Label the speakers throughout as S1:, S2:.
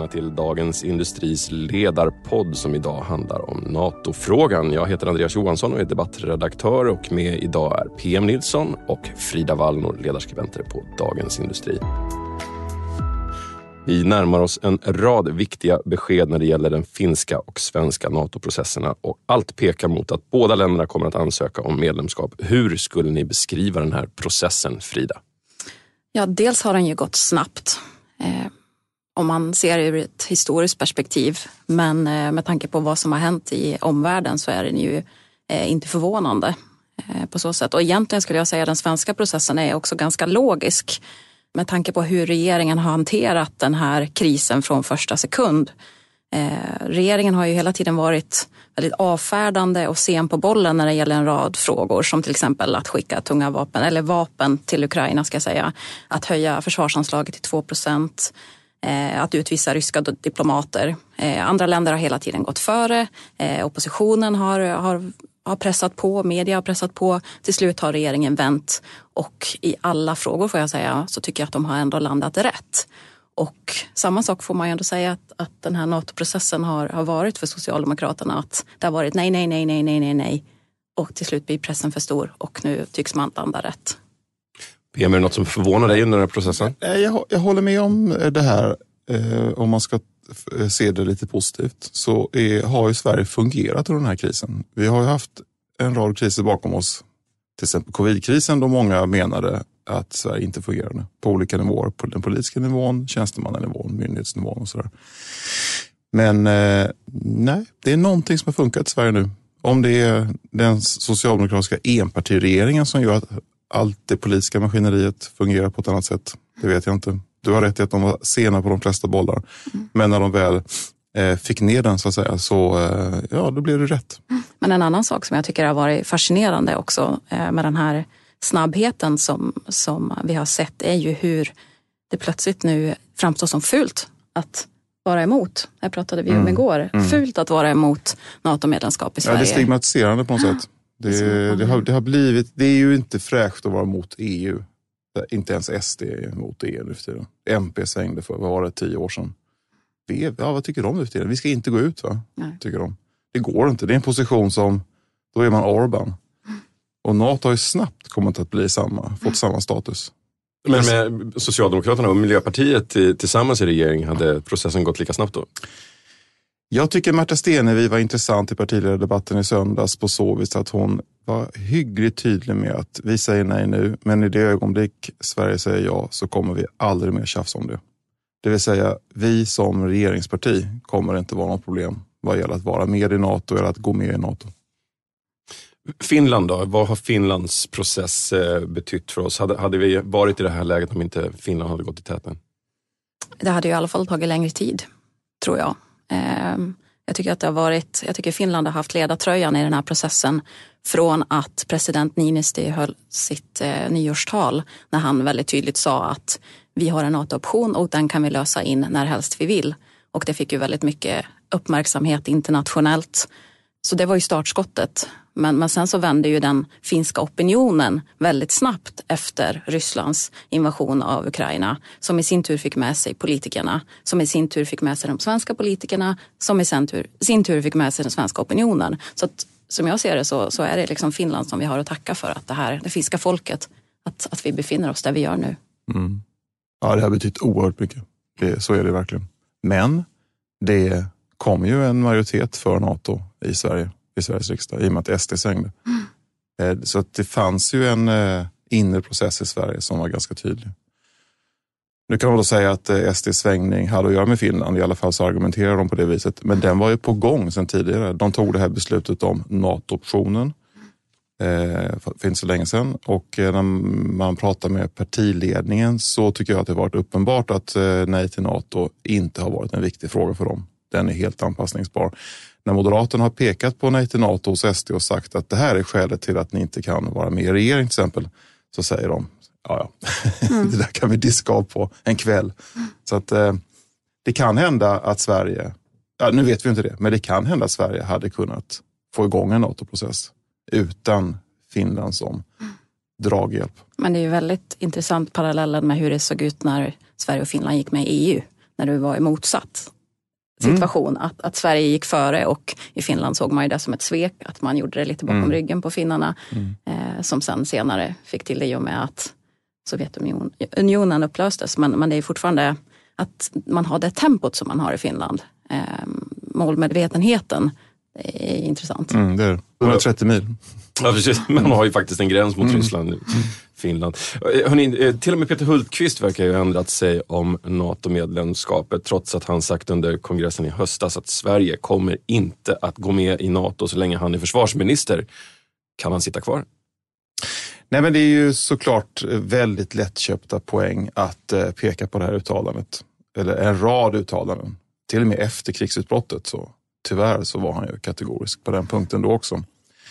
S1: till Dagens Industris ledarpodd som idag handlar om NATO-frågan. Jag heter Andreas Johansson och är debattredaktör, och med idag är PM Nilsson och Frida Wallnor, ledarskribenter på Dagens Industri. Vi närmar oss en rad viktiga besked när det gäller den finska och svenska NATO-processerna, och allt pekar mot att båda länderna kommer att ansöka om medlemskap. Hur skulle ni beskriva den här processen, Frida?
S2: Ja, dels har den ju gått snabbt om man ser ur ett historiskt perspektiv, men med tanke på vad som har hänt i omvärlden så är den ju inte förvånande på så sätt. Och egentligen skulle jag säga att den svenska processen är också ganska logisk med tanke på hur regeringen har hanterat den här krisen från första sekund. Regeringen har ju hela tiden varit väldigt avfärdande och sen på bollen när det gäller en rad frågor, som till exempel att skicka tunga vapen, eller vapen till Ukraina ska jag säga, att höja försvarsanslaget till 2%, att utvisa ryska diplomater. Andra länder har hela tiden gått före, oppositionen har pressat på, media har pressat på, till slut har regeringen vänt, och i alla frågor får jag säga så tycker jag att de har ändå landat rätt. Och samma sak får man ju ändå säga att den här NATO-processen har varit för Socialdemokraterna, att det har varit nej. Och till slut blir pressen för stor och nu tycks man landa rätt.
S1: PM, är det något som förvånar dig under den här processen?
S3: Jag håller med om det här. Om man ska se det lite positivt så har ju Sverige fungerat under den här krisen. Vi har ju haft en rad kriser bakom oss. Till exempel covid-krisen, då många menade att Sverige inte fungerade på olika nivåer. På den politiska nivån, tjänstemannanivån, myndighetsnivån och sådär. Men nej, det är någonting som har funkat i Sverige nu. Om det är den socialdemokratiska enpartiregeringen som gör att allt det politiska maskineriet fungerar på ett annat sätt, det vet jag inte. Du har rätt i att de var sena på de flesta bollar. Men när de väl fick ner den så att säga, så då blev det rätt.
S2: Men en annan sak som jag tycker har varit fascinerande också med den här snabbheten som vi har sett är ju hur det plötsligt nu framstår som fult att vara emot. Det pratade vi om igår. Fult att vara emot NATO-medlemskap i Sverige.
S3: Ja, det är stigmatiserande på något sätt. Det har blivit, det är ju inte fräscht att vara mot EU. Inte ens SD är mot EU nu för tiden. MP svängde för, vad var det, 10 år sedan. Vad tycker de nu för tiden? Vi ska inte gå ut, va? Nej. Tycker de. Det går inte. Det är en position som, då är man Orban. Och NATO har ju snabbt kommit att bli fått samma status.
S1: Men med Socialdemokraterna och Miljöpartiet tillsammans i regering, hade processen gått lika snabbt då?
S3: Jag tycker Märta Stenevi var intressant i partiledardebatten i söndags på så vis att hon var hyggligt tydlig med att vi säger nej nu, men i det ögonblick Sverige säger ja så kommer vi aldrig mer tjafsa om det. Det vill säga, vi som regeringsparti kommer inte vara något problem vad gäller att vara med i NATO eller att gå med i NATO.
S1: Finland då? Vad har Finlands process betytt för oss? Hade vi varit i det här läget om inte Finland hade gått i täten?
S2: Det hade ju i alla fall tagit längre tid, tror jag. Jag tycker Finland har haft ledartröjan i den här processen från att president Niinistö höll sitt nyårstal när han väldigt tydligt sa att vi har en NATO-option och den kan vi lösa in när helst vi vill. Och det fick ju väldigt mycket uppmärksamhet internationellt. Så det var ju startskottet. Men sen så vände ju den finska opinionen väldigt snabbt efter Rysslands invasion av Ukraina, som i sin tur fick med sig politikerna, som i sin tur fick med sig de svenska politikerna, som i sin tur fick med sig den svenska opinionen. Så att, som jag ser det så är det liksom Finland som vi har att tacka för att det finska folket, att vi befinner oss där vi gör nu.
S3: Mm. Ja, det har betytt oerhört mycket. Så är det verkligen. Men det kom ju en majoritet för NATO i Sveriges riksdag, i och med att SD svängde. Så att det fanns ju en inre process i Sverige som var ganska tydlig. Nu kan man då säga att SDs svängning hade att göra med Finland, i alla fall så argumenterar de på det viset. Men den var ju på gång sedan tidigare. De tog det här beslutet om NATO-optionen för inte så länge sedan. Och när man pratar med partiledningen så tycker jag att det har varit uppenbart att nej till NATO inte har varit en viktig fråga för dem. Den är helt anpassningsbar. När Moderaterna har pekat på nej till NATO hos SD och sagt att det här är skälet till att ni inte kan vara med i regering till exempel, så säger de, det där kan vi diska av på en kväll. Så att det kan hända att Sverige, nu vet vi inte det, men det kan hända att Sverige hade kunnat få igång en NATO-process utan Finland som draghjälp.
S2: Men det är ju väldigt intressant parallellen med hur det såg ut när Sverige och Finland gick med i EU, när det var motsatt. situation att Sverige gick före, och i Finland såg man ju det som ett svek att man gjorde det lite bakom ryggen på finnarna som sen senare fick till det i och med att Sovjetunionen upplöstes. Men det är fortfarande att man har det tempot som man har i Finland. Målmedvetenheten är intressant.
S3: Det är 130 mil.
S1: Ja, precis. Man har ju faktiskt en gräns mot Ryssland nu. Finland. Hörrni, till och med Peter Hultqvist verkar ju ha ändrat sig om NATO-medlemskapet, trots att han sagt under kongressen i höstas att Sverige kommer inte att gå med i NATO så länge han är försvarsminister. Kan han sitta kvar?
S3: Nej, men det är ju såklart väldigt lättköpta poäng att peka på det här uttalandet. Eller en rad uttalanden. Till och med efter krigsutbrottet så tyvärr så var han ju kategorisk på den punkten då också.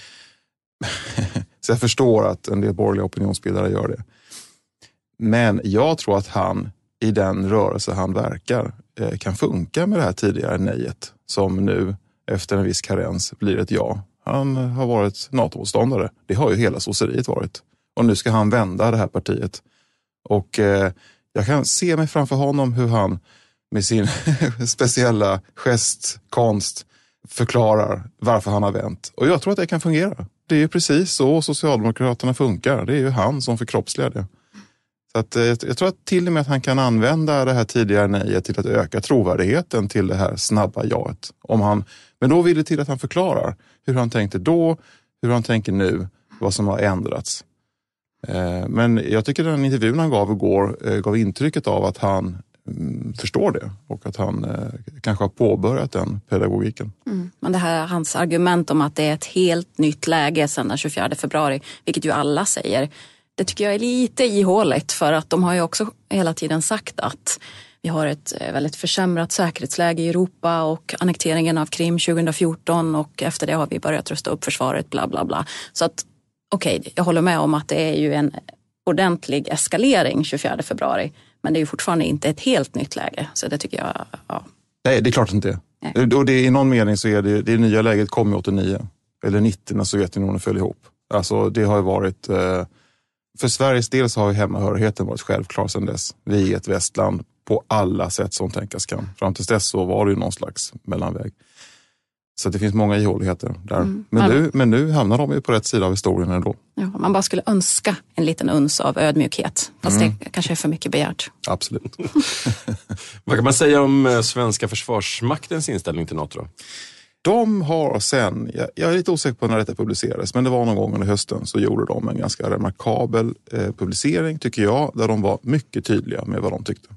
S3: Så jag förstår att en del borgerliga opinionsbildare gör det. Men jag tror att han i den rörelse han verkar kan funka med det här tidigare nejet som nu efter en viss karens blir ett ja. Han har varit NATO-motståndare. Det har ju hela sosseriet varit. Och nu ska han vända det här partiet. Och jag kan se mig framför honom hur han med sin speciella gestkonst förklarar varför han har vänt. Och jag tror att det kan fungera. Det är ju precis så Socialdemokraterna funkar. Det är ju han som förkroppsligar det. Så att, jag tror att till och med att han kan använda det här tidigare nejet till att öka trovärdigheten till det här snabba jaet. Men då vill det till att han förklarar hur han tänkte då, hur han tänker nu, vad som har ändrats. Men jag tycker den intervjun han gav igår gav intrycket av att han förstår det och att han kanske har påbörjat den pedagogiken.
S2: Men det här hans argument om att det är ett helt nytt läge sedan den 24 februari, vilket ju alla säger, det tycker jag är lite ihåligt, för att de har ju också hela tiden sagt att vi har ett väldigt försämrat säkerhetsläge i Europa och annekteringen av Krim 2014 och efter det har vi börjat rusta upp försvaret, bla bla bla. Så att okej, jag håller med om att det är ju en ordentlig eskalering 24 februari. Men det är ju fortfarande inte ett helt nytt läge. Så det tycker jag, ja.
S3: Nej, det är klart inte. Nej. Och det, i någon mening så är det nya läget kom 89. Eller 90 när Sovjetunionen föll ihop. Alltså det har ju varit, för Sveriges del så har ju hemmahörigheten varit självklar sedan dess. Vi är ett västland på alla sätt som tänkas kan. Fram till dess så var det ju någon slags mellanväg. Så det finns många ihåligheter där. Men nu hamnar de ju på rätt sida av historien ändå.
S2: Ja, man bara skulle önska en liten uns av ödmjukhet. Fast det kanske är för mycket begärt.
S3: Absolut.
S1: Vad kan man säga om svenska försvarsmaktens inställning till NATO då?
S3: De har sen, jag är lite osäker på när detta publicerades, men det var någon gång under hösten så gjorde de en ganska remarkabel publicering tycker jag, där de var mycket tydliga med vad de tyckte.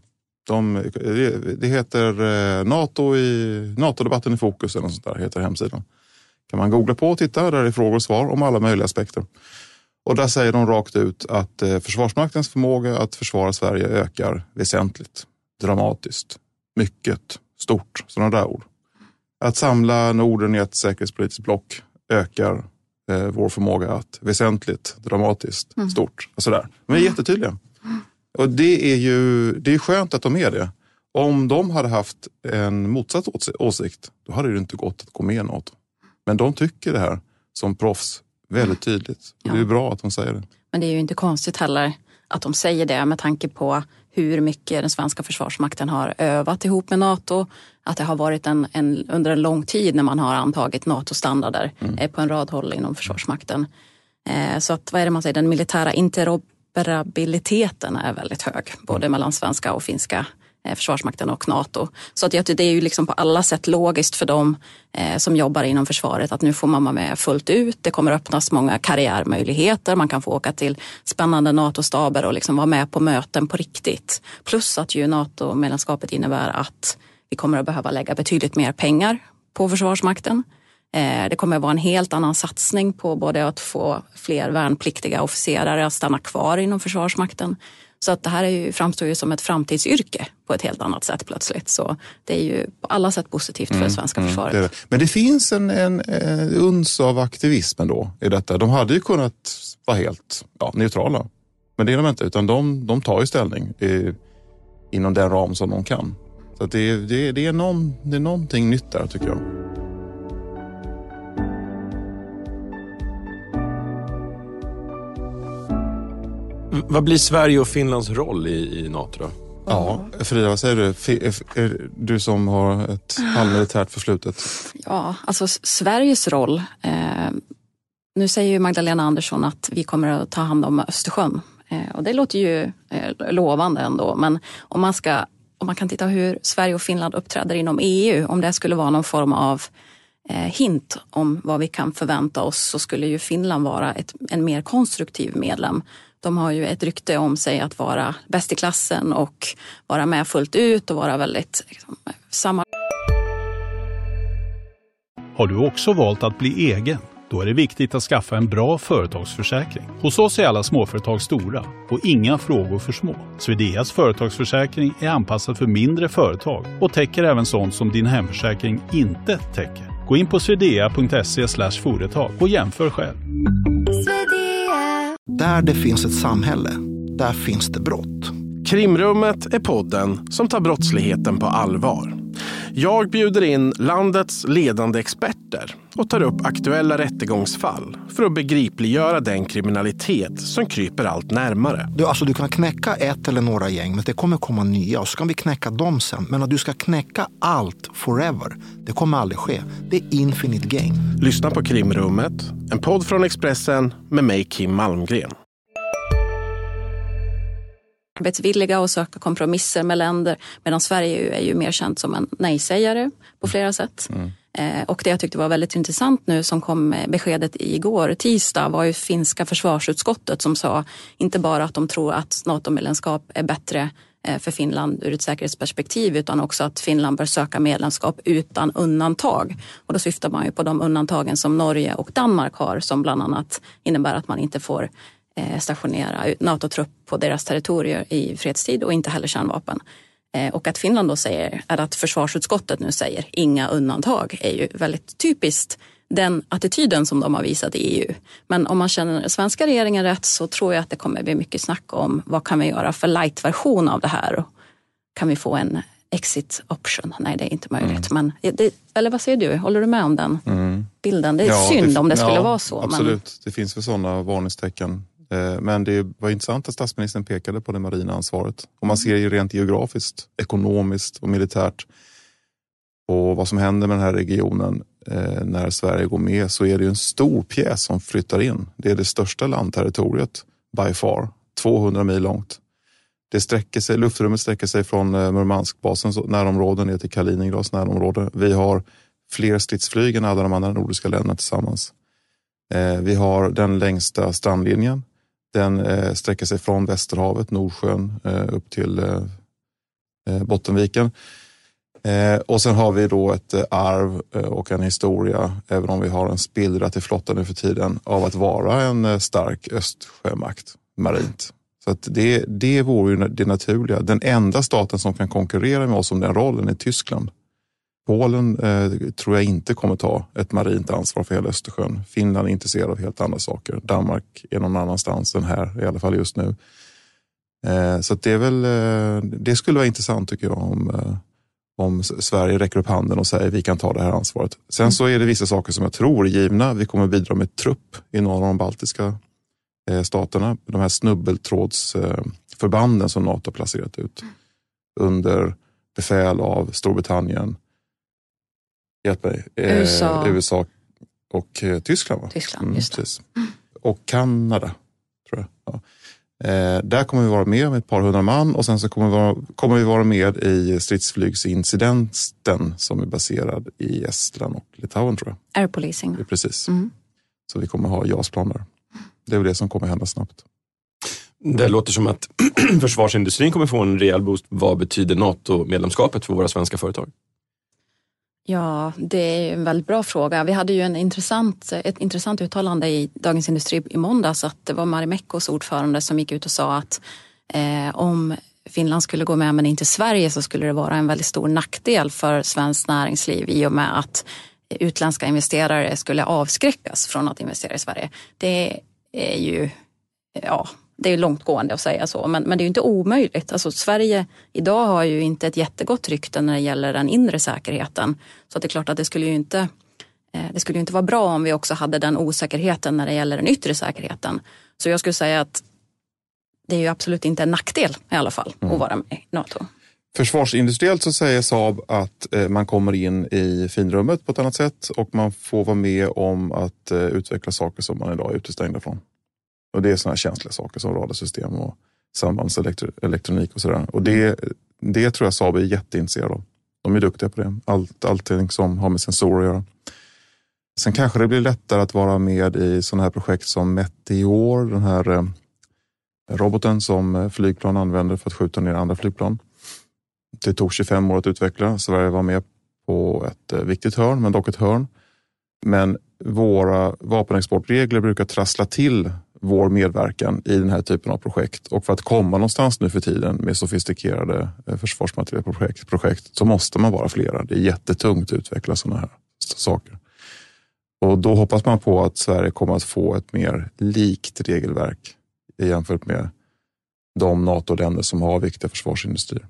S3: Det heter NATO-debatten i fokus eller något sånt där, heter hemsidan. Kan man googla på och titta, där är frågor och svar om alla möjliga aspekter. Och där säger de rakt ut att Försvarsmaktens förmåga att försvara Sverige ökar väsentligt, dramatiskt, mycket, stort, sådana där ord. Att samla Norden i ett säkerhetspolitiskt block ökar vår förmåga att väsentligt, dramatiskt, stort och sådär. De är jättetydliga. Och det är skönt att de är det. Om de hade haft en motsatt åsikt, då hade det inte gått att gå med i NATO. Men de tycker det här som proffs väldigt tydligt. Ja. Det är bra att de säger det. Men
S2: det är ju inte konstigt heller att de säger det med tanke på hur mycket den svenska försvarsmakten har övat ihop med NATO. Att det har varit under en lång tid när man har antagit NATO-standarder på en rad håll inom försvarsmakten. Så att, vad är det man säger, den militära interoperabiliteten är väldigt hög. Både mellan svenska och finska försvarsmakten och NATO. Så att det är ju liksom på alla sätt logiskt för dem som jobbar inom försvaret att nu får man vara med fullt ut. Det kommer öppnas många karriärmöjligheter. Man kan få åka till spännande NATO-staber och liksom vara med på möten på riktigt. Plus att ju NATO-medlemskapet innebär att vi kommer att behöva lägga betydligt mer pengar på försvarsmakten. Det kommer att vara en helt annan satsning på både att få fler värnpliktiga officerare att stanna kvar inom försvarsmakten. Så att det här framstår ju som ett framtidsyrke på ett helt annat sätt plötsligt. Så det är ju på alla sätt positivt för det svenska försvaret.
S3: Det. Men det finns en uns av aktivism då i detta. De hade ju kunnat vara helt neutrala. Men det är de inte, utan de tar ju ställning inom den ram som de kan. Så att det är någonting nytt där tycker jag.
S1: Vad blir Sverige och Finlands roll i NATO då?
S3: Ja, Frida, vad säger du? Är du som har ett halvmilitärt förflutet?
S2: Ja, alltså Sveriges roll. Nu säger ju Magdalena Andersson att vi kommer att ta hand om Östersjön. Och det låter ju lovande ändå. Men om man kan titta hur Sverige och Finland uppträder inom EU. Om det skulle vara någon form av hint om vad vi kan förvänta oss, så skulle ju Finland vara en mer konstruktiv medlem. De har ju ett rykte om sig att vara bäst i klassen och vara med fullt ut och vara väldigt samma.
S4: Har du också valt att bli egen? Då är det viktigt att skaffa en bra företagsförsäkring. Hos oss är alla småföretag stora och inga frågor för små. Swedeas företagsförsäkring är anpassad för mindre företag och täcker även sånt som din hemförsäkring inte täcker. Gå in på swedea.se/företag och jämför själv.
S5: Där det finns ett samhälle, där finns det brott.
S6: Krimrummet är podden som tar brottsligheten på allvar. Jag bjuder in landets ledande experter och tar upp aktuella rättegångsfall för att begripliggöra den kriminalitet som kryper allt närmare.
S5: Du kan knäcka ett eller några gäng, men det kommer komma nya och så kan vi knäcka dem sen. Men att du ska knäcka allt forever, det kommer aldrig ske. Det är infinite game.
S6: Lyssna på Krimrummet, en podd från Expressen med mig, Kim Malmgren.
S2: Arbetsvilliga och söka kompromisser med länder, medan Sverige är ju mer känt som en nej-sägare på flera sätt. Och det jag tyckte var väldigt intressant nu som kom beskedet igår tisdag var ju finska försvarsutskottet som sa inte bara att de tror att NATO-medlemskap är bättre för Finland ur ett säkerhetsperspektiv, utan också att Finland bör söka medlemskap utan undantag. Och då syftar man ju på de undantagen som Norge och Danmark har, som bland annat innebär att man inte får stationera NATO-trupp på deras territorier i fredstid och inte heller kärnvapen. Och att Finland då säger, är att försvarsutskottet nu säger inga undantag, är ju väldigt typiskt den attityden som de har visat i EU. Men om man känner svenska regeringen rätt så tror jag att det kommer bli mycket snack om vad kan vi göra för light-version av det här, och kan vi få en exit option? Nej, det är inte möjligt. Men eller vad säger du? Håller du med om den bilden? Det är synd om det skulle vara så.
S3: Absolut,
S2: men
S3: det finns väl sådana varningstecken. Men det var intressant att statsministern pekade på det marina ansvaret. Om man ser ju rent geografiskt, ekonomiskt och militärt och vad som händer med den här regionen när Sverige går med, så är det ju en stor pjäs som flyttar in. Det är det största landterritoriet by far, 200 mil långt. Luftrummet sträcker sig från Murmanskbasens närområden ner till Kaliningrads närområde. Vi har fler stridsflyg än alla de andra nordiska länderna tillsammans. Vi har den längsta strandlinjen. Den sträcker sig från Västerhavet, Nordsjön, upp till Bottenviken. Och sen har vi då ett arv och en historia, även om vi har en spillra till flottan nu för tiden, av att vara en stark östsjömakt marint. Så att det vore ju det naturliga. Den enda staten som kan konkurrera med oss om den rollen är Tyskland. Polen tror jag inte kommer ta ett marint ansvar för hela Östersjön. Finland är intresserad av helt andra saker. Danmark är någon annanstans än här, i alla fall just nu. Så att det skulle vara intressant tycker jag om Sverige räcker upp handen och säger vi kan ta det här ansvaret. Sen så är det vissa saker som jag tror är givna. Vi kommer bidra med trupp i några av de baltiska staterna. De här snubbeltrådsförbanden som NATO har placerat ut under befäl av Storbritannien, USA och Tyskland. Va?
S2: Tyskland, just det.
S3: Och Kanada, tror jag. Ja. Där kommer vi vara med ett par hundra man och sen så kommer vi vara med i stridsflygsincidenten som är baserad i Estland och Litauen, tror jag.
S2: Air policing.
S3: Precis. Så vi kommer ha JAS-plan där. Det är väl det som kommer hända snabbt.
S1: Det låter som att försvarsindustrin kommer få en rejäl boost. Vad betyder NATO-medlemskapet för våra svenska företag?
S2: Ja, det är en väldigt bra fråga. Vi hade ju ett intressant uttalande i Dagens Industri i måndags, att det var Marimekkos ordförande som gick ut och sa att om Finland skulle gå med men inte Sverige, så skulle det vara en väldigt stor nackdel för svenskt näringsliv i och med att utländska investerare skulle avskräckas från att investera i Sverige. Det är ju, det är långtgående att säga så, men det är ju inte omöjligt. Alltså Sverige idag har ju inte ett jättegott rykte när det gäller den inre säkerheten. Så det är klart att det skulle ju inte vara bra om vi också hade den osäkerheten när det gäller den yttre säkerheten. Så jag skulle säga att det är ju absolut inte en nackdel i alla fall att vara med i NATO.
S3: Försvarsindustriellt så säger Saab att man kommer in i finrummet på ett annat sätt och man får vara med om att utveckla saker som man idag är utestängda från. Och det är sådana här känsliga saker som radarsystem och sambandselektronik och sådär. Och det tror jag Saab är jätteintresserad av. De är duktiga på det. Allting som har med sensorer att göra. Sen kanske det blir lättare att vara med i sådana här projekt som Meteor, den här roboten som flygplan använder för att skjuta ner andra flygplan. Det tog 25 år att utveckla. Sverige var med på ett viktigt hörn, men dock ett hörn. Men våra vapenexportregler brukar trassla till vår medverkan i den här typen av projekt. Och för att komma någonstans nu för tiden med sofistikerade försvarsmaterielprojekt så måste man vara flera. Det är jättetungt att utveckla sådana här saker. Och då hoppas man på att Sverige kommer att få ett mer likt regelverk jämfört med de NATO-länder som har viktiga försvarsindustrier.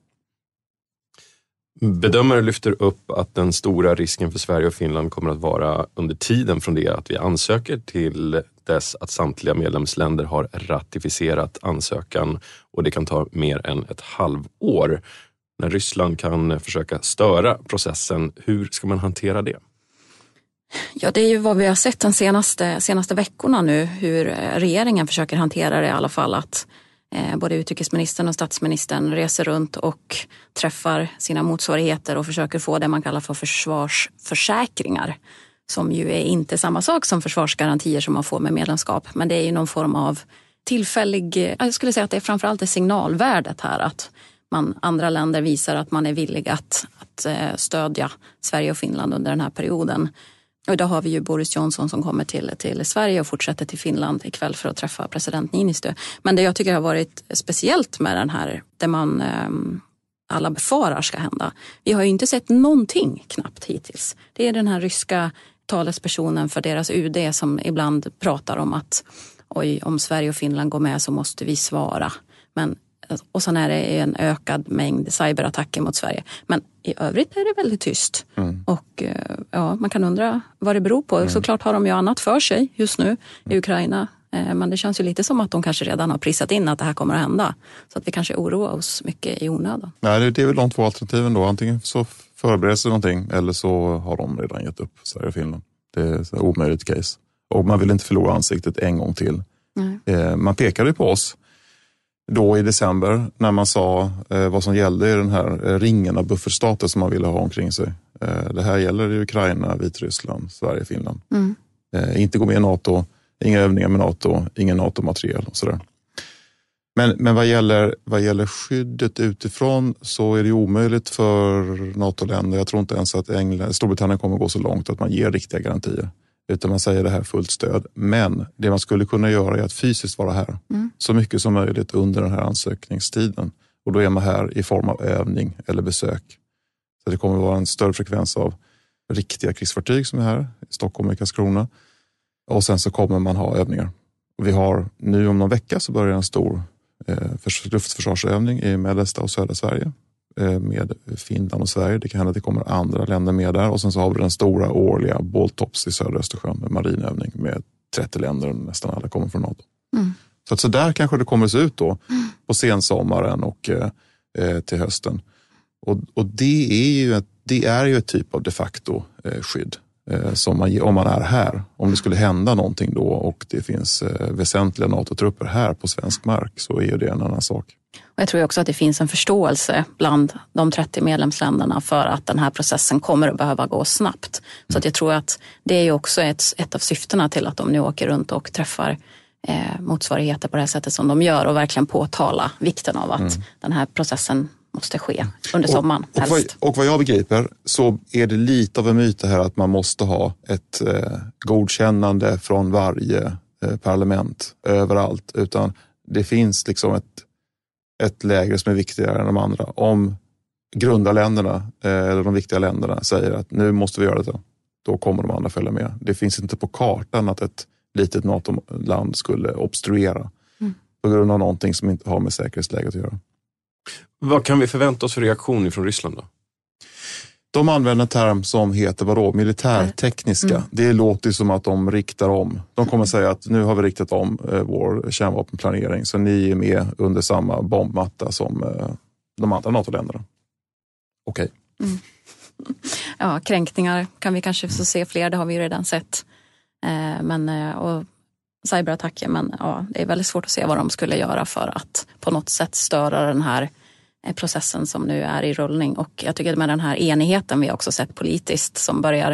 S1: Bedömare lyfter upp att den stora risken för Sverige och Finland kommer att vara under tiden från det att vi ansöker till dess att samtliga medlemsländer har ratificerat ansökan, och det kan ta mer än ett halvår. När Ryssland kan försöka störa processen, hur ska man hantera det?
S2: Ja, det är ju vad vi har sett de senaste veckorna nu, hur regeringen försöker hantera det i alla fall, att både utrikesministern och statsministern reser runt och träffar sina motsvarigheter och försöker få det man kallar för försvarsförsäkringar, som ju är inte samma sak som försvarsgarantier som man får med medlemskap, men det är ju någon form av tillfällig, jag skulle säga att det är framförallt det signalvärdet här, att andra länder visar att man är villig att stödja Sverige och Finland under den här perioden. Och idag har vi ju Boris Johnson som kommer till Sverige och fortsätter till Finland ikväll för att träffa president Niinistö. Men det jag tycker har varit speciellt med den här, det man alla befarar ska hända. Vi har ju inte sett någonting knappt hittills. Det är den här ryska talespersonen för deras UD som ibland pratar om att om Sverige och Finland går med så måste vi svara. Och sen är det en ökad mängd cyberattacker mot Sverige. Men i övrigt är det väldigt tyst. Och man kan undra vad det beror på. Såklart har de ju annat för sig just nu i Ukraina. Men det känns ju lite som att de kanske redan har prisat in att det här kommer att hända. Så att vi kanske oroar oss mycket i onödan.
S3: Nej, det är väl de två alternativen då. Antingen så förbereder sig någonting eller så har de redan gett upp Sverige och Finland. Det är ett omöjligt case. Och man vill inte förlora ansiktet en gång till. Man pekade ju på oss då i december när man sa vad som gällde i den här ringen av buffertstater som man ville ha omkring sig. Det här gäller i Ukraina, Vitryssland, Sverige, Finland. Inte gå med i NATO, inga övningar med NATO, ingen NATO-materiel och sådär. Men vad gäller skyddet utifrån så är det omöjligt för NATO-länder. Jag tror inte ens att Storbritannien kommer gå så långt att man ger riktiga garantier. Utan man säger det här fullt stöd. Men det man skulle kunna göra är att fysiskt vara här. Så mycket som möjligt under den här ansökningstiden. Och då är man här i form av övning eller besök. Så det kommer att vara en större frekvens av riktiga krigsfartyg som är här i Stockholm och Karlskrona. Och sen så kommer man ha övningar. Och vi har nu om någon vecka så börjar en stor luftförsvarsövning i mellersta och södra Sverige. Med Finland och Sverige. Det kan hända att det kommer andra länder med där. Och sen så har vi den stora årliga Båltops i södra Östersjön med marinövning med 30 länder och nästan alla kommer från NATO. Så där kanske det kommer att se ut då på sensommaren och till hösten. Och det är ju ett typ av de facto skydd som om man är här. Om det skulle hända någonting då och det finns väsentliga NATO-trupper här på svensk mark så är det en annan sak.
S2: Och jag tror också att det finns en förståelse bland de 30 medlemsländerna för att den här processen kommer att behöva gå snabbt. Så att jag tror att det är ju också ett av syftena till att de nu åker runt och träffar motsvarigheter på det här sättet som de gör och verkligen påtala vikten av att den här processen måste ske under sommaren helst.
S3: Och vad jag begriper så är det lite av en myt här att man måste ha ett godkännande från varje parlament överallt, utan det finns liksom ett läge som är viktigare än de andra. Om grundarländerna eller de viktiga länderna säger att nu måste vi göra det, då kommer de andra följa med. Det finns inte på kartan att ett litet NATO-land skulle obstruera på grund av någonting som inte har med säkerhetsläget att göra.
S1: Vad kan vi förvänta oss för reaktion från Ryssland då?
S3: De använder en term som heter vadå? Militärtekniska. Det låter ju som att de riktar om. De kommer säga att nu har vi riktat om vår kärnvapenplanering så ni är med under samma bombmatta som de andra NATO-länderna. Okej.
S2: Ja, kränkningar kan vi kanske få se fler, det har vi ju redan sett. Och cyberattacker, men ja, det är väldigt svårt att se vad de skulle göra för att på något sätt störa den här processen som nu är i rullning. Och jag tycker att med den här enigheten vi har också sett politiskt som börjar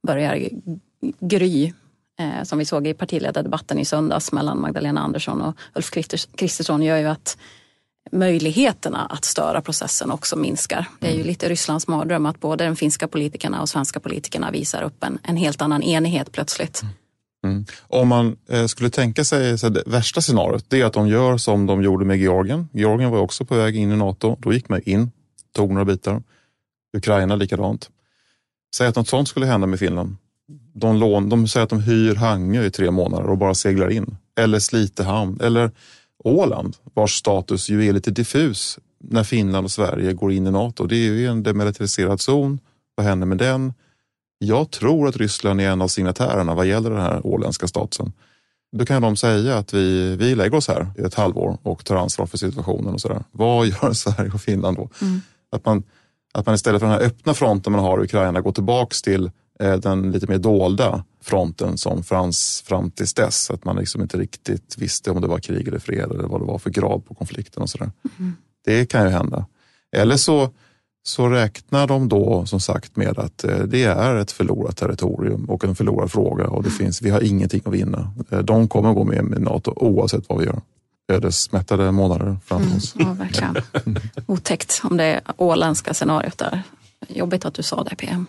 S2: gry, som vi såg i partiledardebatten i söndags mellan Magdalena Andersson och Ulf Kristersson, gör ju att möjligheterna att störa processen också minskar. Det är ju lite Rysslands mardröm att både de finska politikerna och svenska politikerna visar upp en helt annan enighet plötsligt.
S3: Om man skulle tänka sig så det värsta scenariot, det är att de gör som de gjorde med Georgien. Georgien var också på väg in i NATO. Då gick man in, tog några bitar. Ukraina likadant. Säg att något sånt skulle hända med Finland. De säger att de hyr Hangö i 3 månader och bara seglar in. Eller Slitehamn. Eller Åland, vars status ju är lite diffus när Finland och Sverige går in i NATO. Det är ju en demilitariserad zon. Vad händer med den? Jag tror att Ryssland är en av signatärerna vad gäller den här åländska statusen. Då kan de säga att vi lägger oss här i ett halvår och tar ansvar för situationen och sådär. Vad gör Sverige och Finland då? Att man istället för den här öppna fronten man har i Ukraina går tillbaks till den lite mer dolda fronten som fanns fram tills dess. Att man liksom inte riktigt visste om det var krig eller fred eller vad det var för grad på konflikten och sådär. Det kan ju hända. Eller så räknar de då som sagt med att det är ett förlorat territorium och en förlorad fråga och vi har ingenting att vinna. De kommer gå med NATO oavsett vad vi gör. Ödesmättade månader framför oss.
S2: Ja, verkligen. Otäckt om det är åländska scenariot där. Jobbigt att du sa det, PM.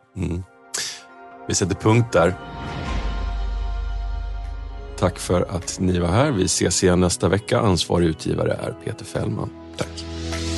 S1: Vi sätter punkt där. Tack för att ni var här. Vi ses igen nästa vecka. Ansvarig utgivare är Peter Fällman. Tack.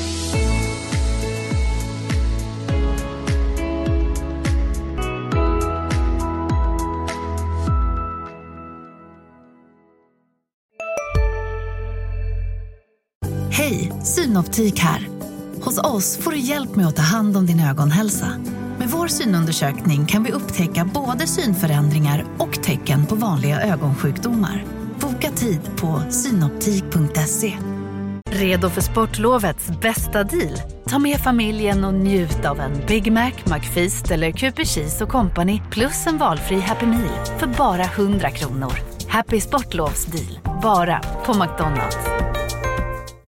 S7: Hej, Synoptik här. Hos oss får du hjälp med att ta hand om din ögonhälsa. Med vår synundersökning kan vi upptäcka både synförändringar och tecken på vanliga ögonsjukdomar. Boka tid på synoptik.se. Redo för sportlovets bästa deal? Ta med familjen och njut av en Big Mac, McFeast eller Cooper Cheese och Company plus en valfri Happy Meal för bara 100 kronor. Happy Sportlovs deal, bara på McDonald's.